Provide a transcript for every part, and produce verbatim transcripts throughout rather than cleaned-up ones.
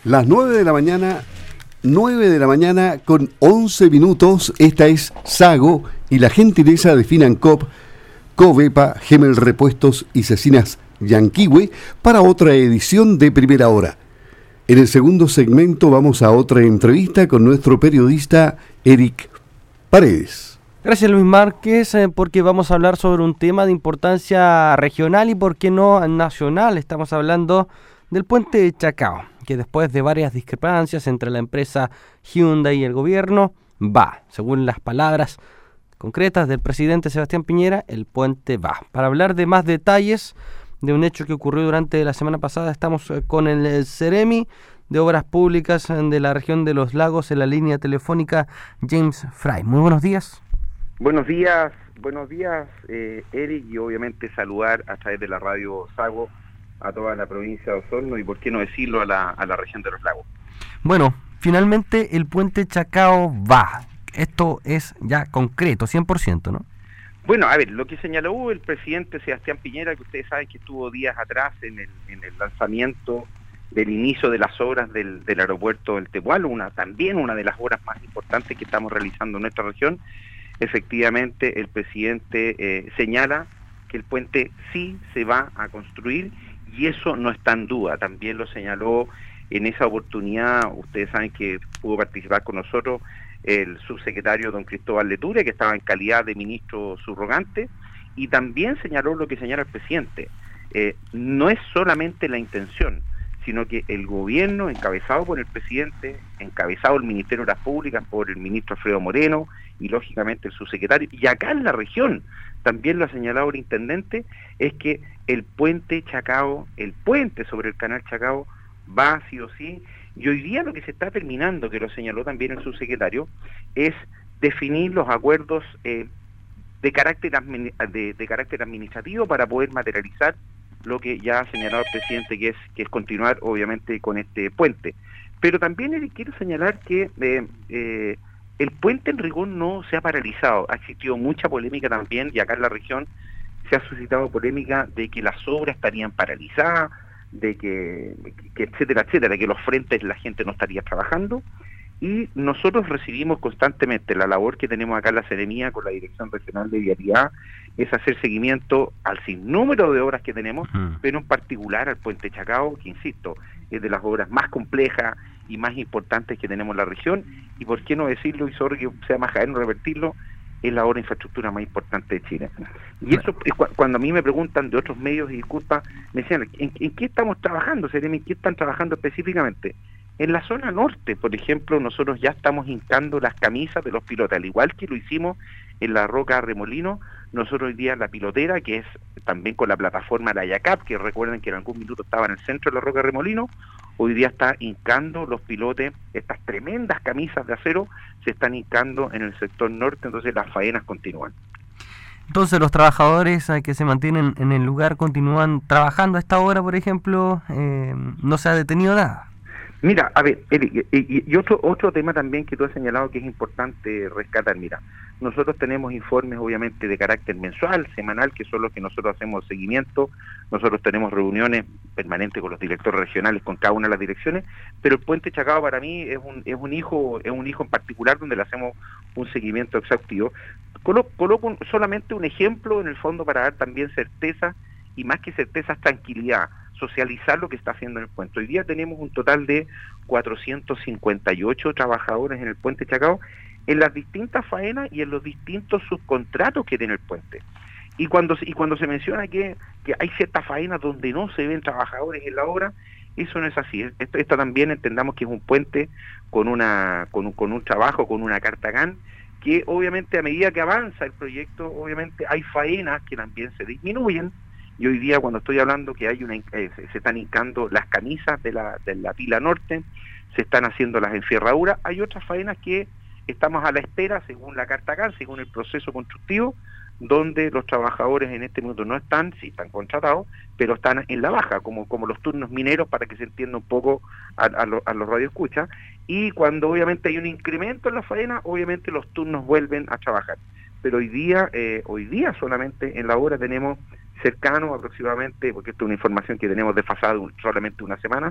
Las nueve de la mañana, nueve de la mañana con once minutos. Esta es Sago y la gentileza de Financop, Covepa, Gemel Repuestos y Cecinas Yanquihue para otra edición de Primera Hora. En el segundo segmento vamos a otra entrevista con nuestro periodista Eric Paredes. Gracias, Luis Márquez, eh, porque vamos a hablar sobre un tema de importancia regional y, por qué no, nacional. Estamos hablando del puente Chacao, que después de varias discrepancias entre la empresa Hyundai y el gobierno, va, según las palabras concretas del presidente Sebastián Piñera, el puente va. Para hablar de más detalles de un hecho que ocurrió durante la semana pasada, estamos con el Ceremi de Obras Públicas de la región de Los Lagos en la línea telefónica, James Fry. Muy buenos días. Buenos días, buenos días, eh, Eric, y obviamente saludar a través de la radio Sago a toda la provincia de Osorno y, por qué no decirlo, a la, a la región de Los Lagos. Bueno, finalmente el puente Chacao va. Esto es ya concreto, cien por ciento, ¿no? Bueno, a ver, lo que señaló el presidente Sebastián Piñera, que ustedes saben que estuvo días atrás en el, en el lanzamiento del inicio de las obras del, del aeropuerto del Tepual, una, también una de las obras más importantes que estamos realizando en nuestra región. Efectivamente, el presidente eh, señala que el puente sí se va a construir y eso no está en duda. También lo señaló en esa oportunidad, ustedes saben que pudo participar con nosotros el subsecretario don Cristóbal Leture, que estaba en calidad de ministro subrogante, y también señaló lo que señala el presidente. Eh, no es solamente la intención, sino que el gobierno, encabezado por el presidente, encabezado el Ministerio de Obras Públicas por el ministro Alfredo Moreno, y lógicamente el subsecretario, y acá en la región, también lo ha señalado el intendente, es que el puente Chacao, el puente sobre el canal Chacao, va sí o sí, y hoy día lo que se está terminando, que lo señaló también el subsecretario, es definir los acuerdos eh, de carácter de, de carácter administrativo para poder materializar lo que ya ha señalado el presidente, que es que es continuar obviamente con este puente. Pero también quiero señalar que eh, eh, el puente en rigor no se ha paralizado, ha existido mucha polémica también, y acá en la región se ha suscitado polémica de que las obras estarían paralizadas, de que, que etcétera, etcétera, que los frentes la gente no estaría trabajando, y nosotros recibimos constantemente la labor que tenemos acá en la Seremía con la Dirección Regional de Vialidad, es hacer seguimiento al sinnúmero de obras que tenemos, uh-huh. pero en particular al puente Chacao, que insisto, es de las obras más complejas y más importantes que tenemos en la región, y por qué no decirlo, y sobre que sea más no revertirlo, es la obra de infraestructura más importante de Chile. Y eso, cuando a mí me preguntan de otros medios, y disculpa, me decían, ¿en, en qué estamos trabajando, Seremi? ¿En qué están trabajando específicamente? En la zona norte, por ejemplo, nosotros ya estamos hincando las camisas de los pilotes, al igual que lo hicimos en la Roca Remolino. Nosotros hoy día la pilotera, que es también con la plataforma La Yacap, que recuerden que en algún minuto estaba en el centro de la Roca Remolino, hoy día está hincando los pilotes, estas tremendas camisas de acero se están hincando en el sector norte, entonces las faenas continúan. Entonces los trabajadores eh, que se mantienen en el lugar continúan trabajando a esta hora, por ejemplo, eh, no se ha detenido nada. Mira, a ver, Eric, y, y otro otro tema también que tú has señalado que es importante rescatar. Mira, nosotros tenemos informes obviamente de carácter mensual, semanal, que son los que nosotros hacemos seguimiento. Nosotros tenemos reuniones permanentes con los directores regionales, con cada una de las direcciones, pero el puente Chacao para mí es un es un hijo es un hijo en particular donde le hacemos un seguimiento exhaustivo. Colo, coloco solamente un ejemplo en el fondo para dar también certeza, y más que certeza, tranquilidad, socializar lo que está haciendo en el puente. Hoy día tenemos un total de cuatrocientos cincuenta y ocho trabajadores en el puente Chacao, en las distintas faenas y en los distintos subcontratos que tiene el puente. Y cuando y cuando se menciona que, que hay ciertas faenas donde no se ven trabajadores en la obra, eso no es así. Esto, esto también entendamos que es un puente con una con un, con un trabajo, con una carta G A N, que obviamente a medida que avanza el proyecto, obviamente hay faenas que también se disminuyen. Y hoy día, cuando estoy hablando que hay una eh, se, se están hincando las camisas de la, de la pila norte, se están haciendo las enferraduras, hay otras faenas que estamos a la espera, según la carta G A N, según el proceso constructivo, donde los trabajadores en este minuto no están, sí están contratados, pero están en la baja, como, como los turnos mineros, para que se entienda un poco a, a, lo, a los radioescuchas, y cuando obviamente hay un incremento en la faena, obviamente los turnos vuelven a trabajar. Pero hoy día, eh, hoy día solamente en la obra tenemos cercano aproximadamente, porque esto es una información que tenemos desfasada solamente una semana,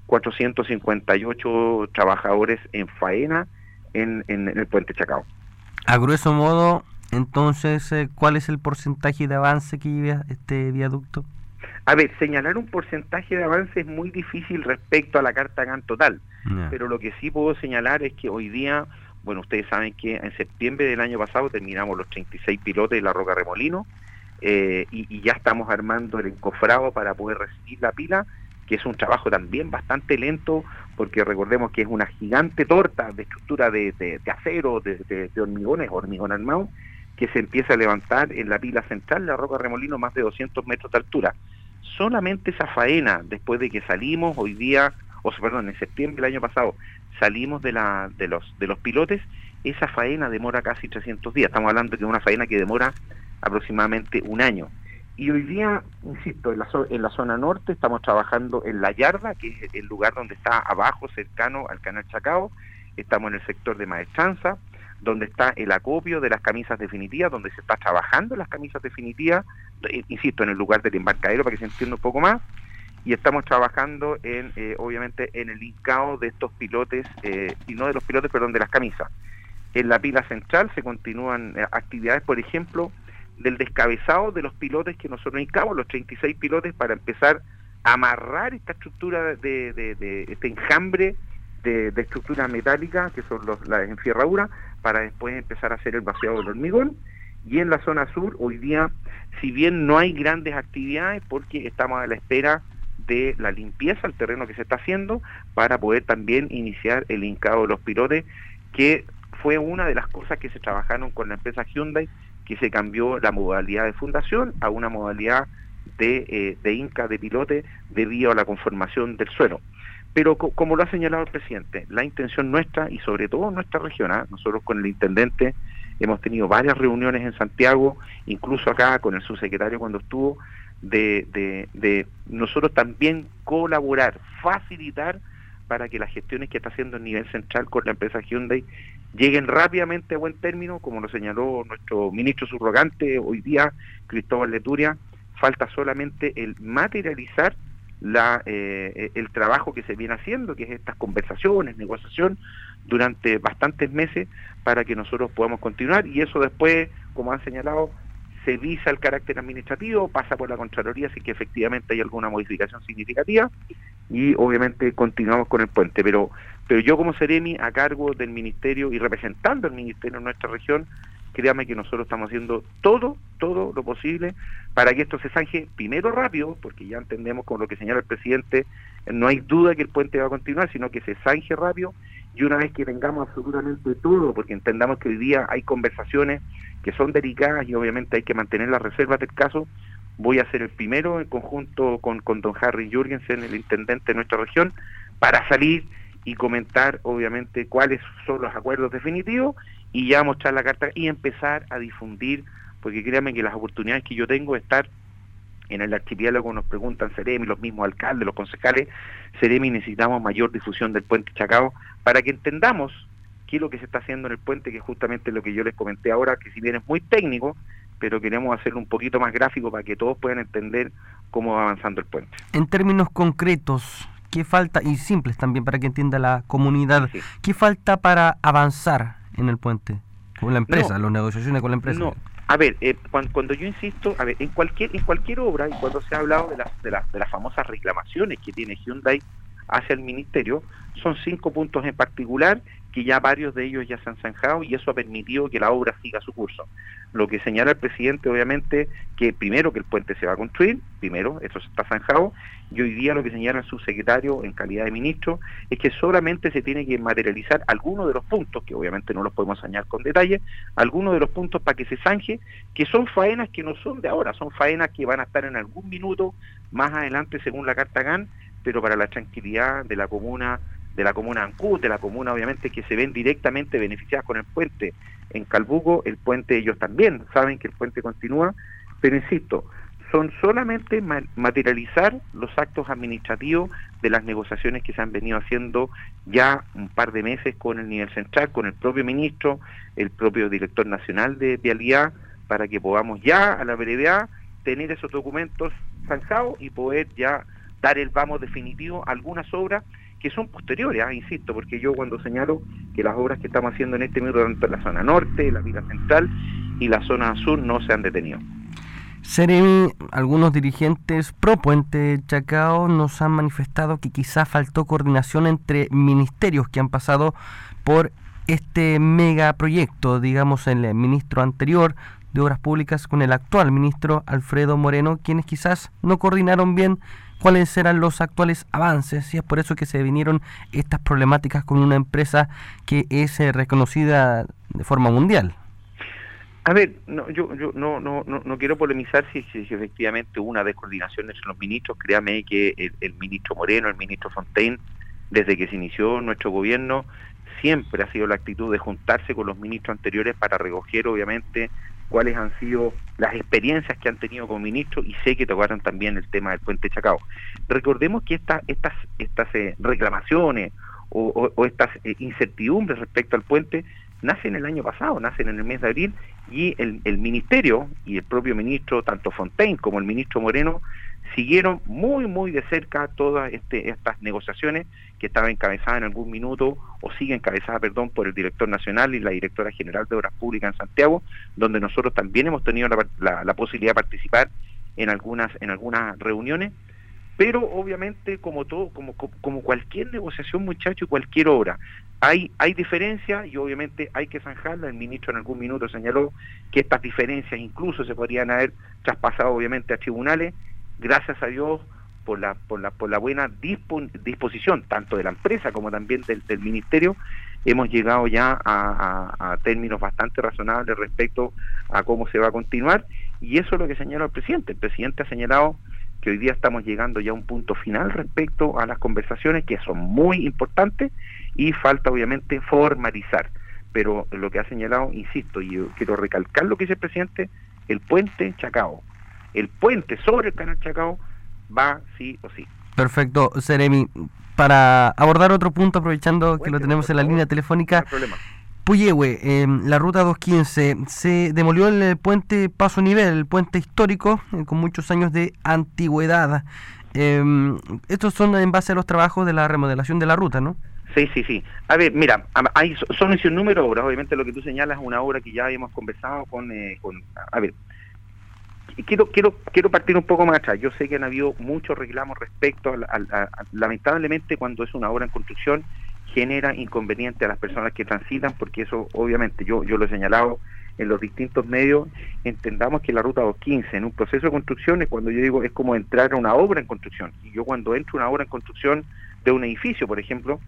cuatrocientos cincuenta y ocho trabajadores en faena en, en, en el puente Chacao. A grueso modo, entonces, ¿cuál es el porcentaje de avance que lleva este viaducto? A ver, señalar un porcentaje de avance es muy difícil respecto a la Carta G A N total, yeah. Pero lo que sí puedo señalar es que hoy día, bueno, ustedes saben que en septiembre del año pasado terminamos los treinta y seis pilotes de la Roca Remolino, eh, y, y ya estamos armando el encofrado para poder recibir la pila, que es un trabajo también bastante lento, porque recordemos que es una gigante torta de estructura de, de, de acero, de, de, de hormigones, hormigón armado, que se empieza a levantar en la pila central de la Roca Remolino, más de doscientos metros de altura. Solamente esa faena, después de que salimos hoy día, o perdón, en septiembre del año pasado, salimos de la de los de los pilotes, esa faena demora casi trescientos días. Estamos hablando de que es una faena que demora aproximadamente un año. Y hoy día, insisto, en la, en la zona norte estamos trabajando en La Yarda, que es el lugar donde está abajo, cercano al canal Chacao. Estamos en el sector de Maestranza, donde está el acopio de las camisas definitivas, donde se está trabajando las camisas definitivas, eh, insisto, en el lugar del embarcadero, para que se entienda un poco más, y estamos trabajando en, eh, obviamente, en el hincado de estos pilotes, eh, y no de los pilotes, perdón, de las camisas. En la pila central se continúan eh, actividades, por ejemplo, del descabezado de los pilotes que nosotros hincamos, los treinta y seis pilotes, para empezar a amarrar esta estructura de, de, de este enjambre de, de estructura metálica, que son los, las enfierraduras, para después empezar a hacer el vaciado del hormigón. Y en la zona sur, hoy día, si bien no hay grandes actividades, porque estamos a la espera de la limpieza del terreno que se está haciendo, para poder también iniciar el hincado de los pilotes, que fue una de las cosas que se trabajaron con la empresa Hyundai, que se cambió la modalidad de fundación a una modalidad de, eh, de hinca de pilote debido a la conformación del suelo. Pero co como lo ha señalado el presidente, la intención nuestra, y sobre todo nuestra región, ¿eh? Nosotros con el intendente hemos tenido varias reuniones en Santiago, incluso acá con el subsecretario cuando estuvo, de, de, de nosotros también colaborar, facilitar para que las gestiones que está haciendo el nivel central con la empresa Hyundai lleguen rápidamente a buen término, como lo señaló nuestro ministro subrogante hoy día, Cristóbal Leturia. Falta solamente el materializar la eh, el trabajo que se viene haciendo, que es estas conversaciones, negociación, durante bastantes meses, para que nosotros podamos continuar, y eso después, como han señalado, se visa el carácter administrativo, pasa por la Contraloría si que efectivamente hay alguna modificación significativa, y obviamente continuamos con el puente. Pero pero yo como Seremi, a cargo del Ministerio y representando al Ministerio en nuestra región, créame que nosotros estamos haciendo todo, todo lo posible para que esto se zanje primero rápido, porque ya entendemos con lo que señala el presidente, no hay duda que el puente va a continuar, sino que se zanje rápido, y una vez que tengamos absolutamente todo, porque entendamos que hoy día hay conversaciones que son delicadas y obviamente hay que mantener las reservas del caso, voy a ser el primero en conjunto con, con don Harry Jürgensen, el intendente de nuestra región, para salir y comentar obviamente cuáles son los acuerdos definitivos, y ya mostrar la carta y empezar a difundir, porque créanme que las oportunidades que yo tengo de estar en el archipiélago, nos preguntan Seremi, los mismos alcaldes, los concejales, Seremi, necesitamos mayor difusión del puente Chacao para que entendamos qué es lo que se está haciendo en el puente, que es justamente lo que yo les comenté ahora, que si bien es muy técnico, pero queremos hacerlo un poquito más gráfico para que todos puedan entender cómo va avanzando el puente. En términos concretos, ¿qué falta, y simples también para que entienda la comunidad, sí, sí. ¿qué falta para avanzar en el puente? Con la empresa, no, las negociaciones con la empresa. No, a ver, eh, cuando, cuando yo insisto, a ver, en cualquier en cualquier obra, y cuando se ha hablado de las de las, de las famosas reclamaciones que tiene Hyundai hacia el ministerio, son cinco puntos en particular, que ya varios de ellos ya se han zanjado, y eso ha permitido que la obra siga su curso. Lo que señala el presidente, obviamente, que primero que el puente se va a construir, primero, eso se está zanjado, y hoy día lo que señala el subsecretario en calidad de ministro es que solamente se tiene que materializar algunos de los puntos, que obviamente no los podemos señalar con detalle, algunos de los puntos para que se zanje, que son faenas que no son de ahora, son faenas que van a estar en algún minuto más adelante según la Carta G A N, pero para la tranquilidad de la comuna, de la comuna Ancud, de la comuna obviamente que se ven directamente beneficiadas con el puente en Calbuco, el puente ellos también saben que el puente continúa, pero insisto, son solamente ma materializar los actos administrativos de las negociaciones que se han venido haciendo ya un par de meses con el nivel central, con el propio ministro, el propio director nacional de Vialidad, para que podamos ya a la brevedad tener esos documentos zanjados y poder ya dar el vamos definitivo a algunas obras que son posteriores, ¿eh? Insisto, porque yo cuando señalo que las obras que estamos haciendo en este minuto, tanto en la zona norte, la vía central y la zona sur, no se han detenido. Seremi, algunos dirigentes pro Puente Chacao nos han manifestado que quizá faltó coordinación entre ministerios que han pasado por este megaproyecto, digamos el ministro anterior de Obras Públicas con el actual ministro Alfredo Moreno, quienes quizás no coordinaron bien cuáles eran los actuales avances, y es por eso que se vinieron estas problemáticas con una empresa que es eh, reconocida de forma mundial. A ver, no, yo, yo no, no, no, no quiero polemizar si, si, si efectivamente hubo una descoordinación entre los ministros. Créame que el, el ministro Moreno, el ministro Fontaine, desde que se inició nuestro gobierno, siempre ha sido la actitud de juntarse con los ministros anteriores para recoger, obviamente, cuáles han sido las experiencias que han tenido como ministros, y sé que tocaron también el tema del Puente Chacao. Recordemos que esta, estas, estas eh, reclamaciones o, o, o estas eh, incertidumbres respecto al puente nacen el año pasado, nacen en el mes de abril, y el, el ministerio y el propio ministro, tanto Fontaine como el ministro Moreno, siguieron muy muy de cerca todas este, estas negociaciones que estaban encabezadas en algún minuto, o sigue encabezada, perdón, por el director nacional y la directora general de Obras Públicas en Santiago, donde nosotros también hemos tenido la, la, la posibilidad de participar en algunas en algunas reuniones. Pero obviamente, como todo, como, como cualquier negociación, muchachos, cualquier obra, hay hay diferencias y obviamente hay que zanjarla. El ministro en algún minuto señaló que estas diferencias incluso se podrían haber traspasado obviamente a tribunales. Gracias a Dios por la por la por la buena dispo, disposición tanto de la empresa como también del, del ministerio, hemos llegado ya a, a, a términos bastante razonables respecto a cómo se va a continuar, y eso es lo que señaló el presidente. El presidente ha señalado que hoy día estamos llegando ya a un punto final respecto a las conversaciones, que son muy importantes, y falta obviamente formalizar. Pero lo que ha señalado, insisto, y yo quiero recalcar lo que dice el presidente, el puente Chacao, el puente sobre el canal Chacao va sí o sí. Perfecto, Seremi. Para abordar otro punto, aprovechando que Cuénteme, lo tenemos en la favor, línea telefónica, no hay problema. Puyehue, eh, la ruta doscientos quince, se demolió el eh, puente Paso Nivel, el puente histórico, eh, con muchos años de antigüedad. Eh, estos son en base a los trabajos de la remodelación de la ruta, ¿no? Sí, sí, sí. A ver, mira, hay, son ese número de obras. Obviamente lo que tú señalas es una obra que ya habíamos conversado con... Eh, con a ver, quiero quiero quiero partir un poco más atrás. Yo sé que han habido muchos reclamos respecto a, a, a, a lamentablemente, cuando es una obra en construcción, genera inconveniente a las personas que transitan, porque eso obviamente yo yo lo he señalado en los distintos medios. Entendamos que la ruta doscientos quince en un proceso de construcción es, cuando yo digo, es como entrar a una obra en construcción, y yo cuando entro a una obra en construcción de un edificio, por ejemplo,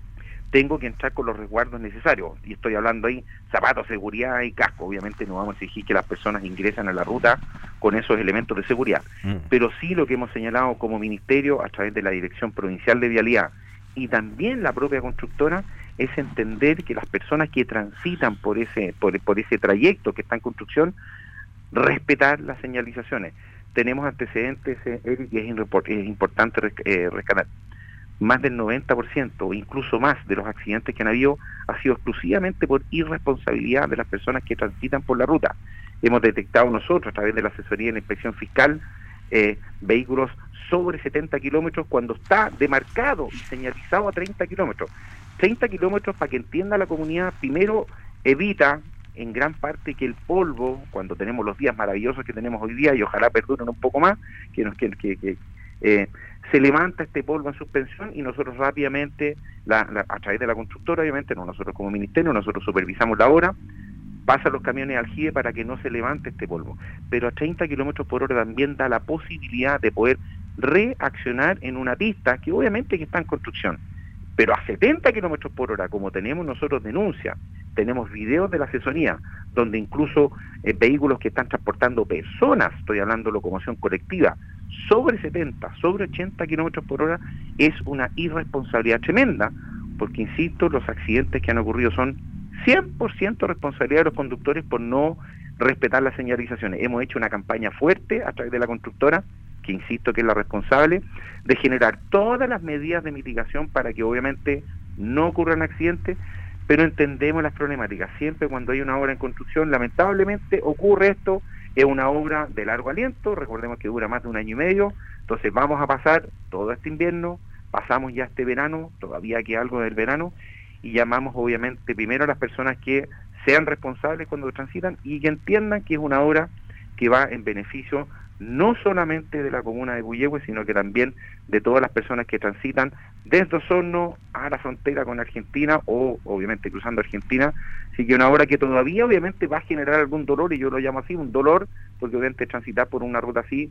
tengo que entrar con los resguardos necesarios, y estoy hablando ahí zapatos, seguridad y casco. Obviamente no vamos a exigir que las personas ingresen a la ruta con esos elementos de seguridad, mm. pero sí lo que hemos señalado como ministerio a través de la Dirección Provincial de Vialidad y también la propia constructora es entender que las personas que transitan por ese por, por ese trayecto que está en construcción, respetar las señalizaciones. Tenemos antecedentes, eh, Eric, y es, es importante eh, rescatar. Más del noventa por ciento o incluso más de los accidentes que han habido ha sido exclusivamente por irresponsabilidad de las personas que transitan por la ruta. Hemos detectado nosotros, a través de la asesoría de la inspección fiscal, eh, vehículos sobre setenta kilómetros cuando está demarcado y señalizado a treinta kilómetros. treinta kilómetros, para que entienda la comunidad, primero evita en gran parte que el polvo, cuando tenemos los días maravillosos que tenemos hoy día, y ojalá perduren un poco más, que nos que, que, que eh, se levanta este polvo en suspensión, y nosotros rápidamente, la, la, a través de la constructora, obviamente, no nosotros como ministerio, nosotros supervisamos la obra, pasan los camiones al aljibe para que no se levante este polvo. Pero a treinta kilómetros por hora también da la posibilidad de poder reaccionar en una pista que obviamente que está en construcción. Pero a setenta kilómetros por hora, como tenemos nosotros denuncia, tenemos videos de la asesoría, donde incluso eh, vehículos que están transportando personas, estoy hablando de locomoción colectiva, sobre setenta, sobre ochenta kilómetros por hora, es una irresponsabilidad tremenda, porque insisto, los accidentes que han ocurrido son cien por ciento responsabilidad de los conductores por no respetar las señalizaciones. Hemos hecho una campaña fuerte a través de la constructora, que insisto que es la responsable, de generar todas las medidas de mitigación para que obviamente no ocurran accidentes, pero entendemos las problemáticas. Siempre cuando hay una obra en construcción, lamentablemente ocurre esto, es una obra de largo aliento, recordemos que dura más de un año y medio, entonces vamos a pasar todo este invierno, pasamos ya este verano, todavía queda algo del verano, y llamamos obviamente primero a las personas que sean responsables cuando transitan y que entiendan que es una obra que va en beneficio no solamente de la comuna de Puyehue, sino que también de todas las personas que transitan desde Osorno a la frontera con Argentina o obviamente cruzando Argentina. Así que una obra que todavía obviamente va a generar algún dolor, y yo lo llamo así, un dolor, porque obviamente transitar por una ruta así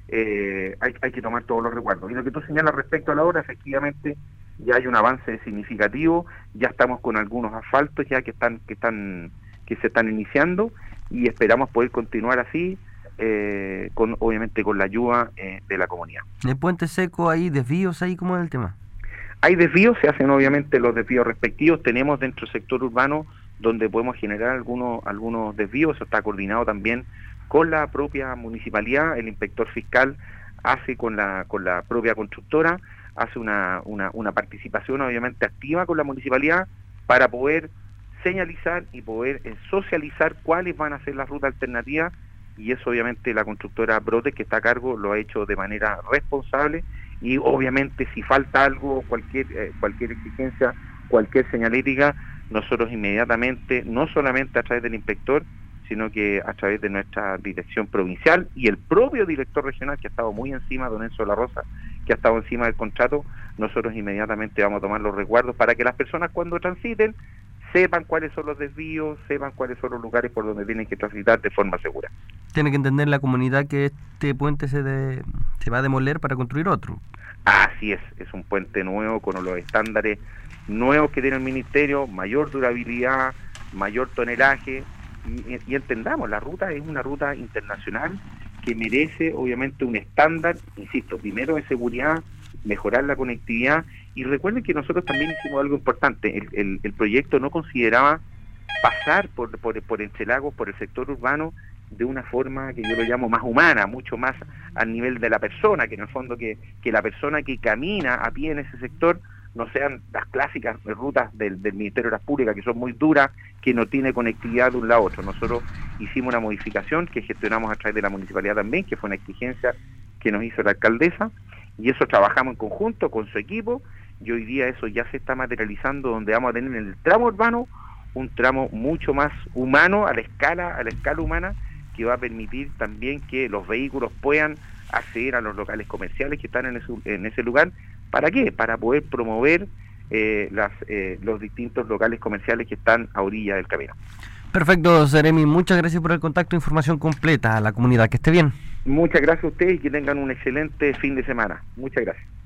eh, hay, hay que tomar todos los recuerdos. Y lo que tú señalas respecto a la obra, efectivamente ya hay un avance significativo, ya estamos con algunos asfaltos ya que están que están que se están iniciando, y esperamos poder continuar así. Eh, con obviamente con la ayuda eh, de la comunidad. ¿El puente seco hay desvíos ahí? ¿Cómo es el tema? Hay desvíos, se hacen obviamente los desvíos respectivos, tenemos dentro del sector urbano donde podemos generar algunos algunos desvíos, eso está coordinado también con la propia municipalidad, el inspector fiscal hace con la con la propia constructora, hace una, una, una participación obviamente activa con la municipalidad para poder señalizar y poder eh, socializar cuáles van a ser las rutas alternativas. Y eso obviamente la constructora Brotes, que está a cargo, lo ha hecho de manera responsable, y obviamente si falta algo, cualquier eh, cualquier exigencia, cualquier señalética, nosotros inmediatamente, no solamente a través del inspector, sino que a través de nuestra dirección provincial y el propio director regional, que ha estado muy encima, don Enzo La Rosa, que ha estado encima del contrato, nosotros inmediatamente vamos a tomar los resguardos para que las personas cuando transiten sepan cuáles son los desvíos, sepan cuáles son los lugares por donde tienen que transitar de forma segura. Tiene que entender la comunidad que este puente se, de, se va a demoler para construir otro. Así es, es un puente nuevo con los estándares nuevos que tiene el Ministerio, mayor durabilidad, mayor tonelaje, y, y entendamos, la ruta es una ruta internacional que merece obviamente un estándar, insisto, primero de seguridad, mejorar la conectividad. Y recuerden que nosotros también hicimos algo importante, el, el, el proyecto no consideraba pasar por, por, por entre lagos, por el sector urbano, de una forma que yo lo llamo más humana, mucho más al nivel de la persona, que en el fondo que, que la persona que camina a pie en ese sector no sean las clásicas rutas del, del Ministerio de las Públicas, que son muy duras, que no tiene conectividad de un lado a otro. Nosotros hicimos una modificación que gestionamos a través de la municipalidad también, que fue una exigencia que nos hizo la alcaldesa, y eso trabajamos en conjunto con su equipo, y hoy día eso ya se está materializando, donde vamos a tener en el tramo urbano un tramo mucho más humano, a la escala, a la escala humana, que va a permitir también que los vehículos puedan acceder a los locales comerciales que están en ese, en ese lugar. ¿Para qué? Para poder promover eh, las, eh, los distintos locales comerciales que están a orilla del camino. Perfecto, Seremi, muchas gracias por el contacto, información completa a la comunidad, que esté bien. Muchas gracias a ustedes y que tengan un excelente fin de semana. Muchas gracias.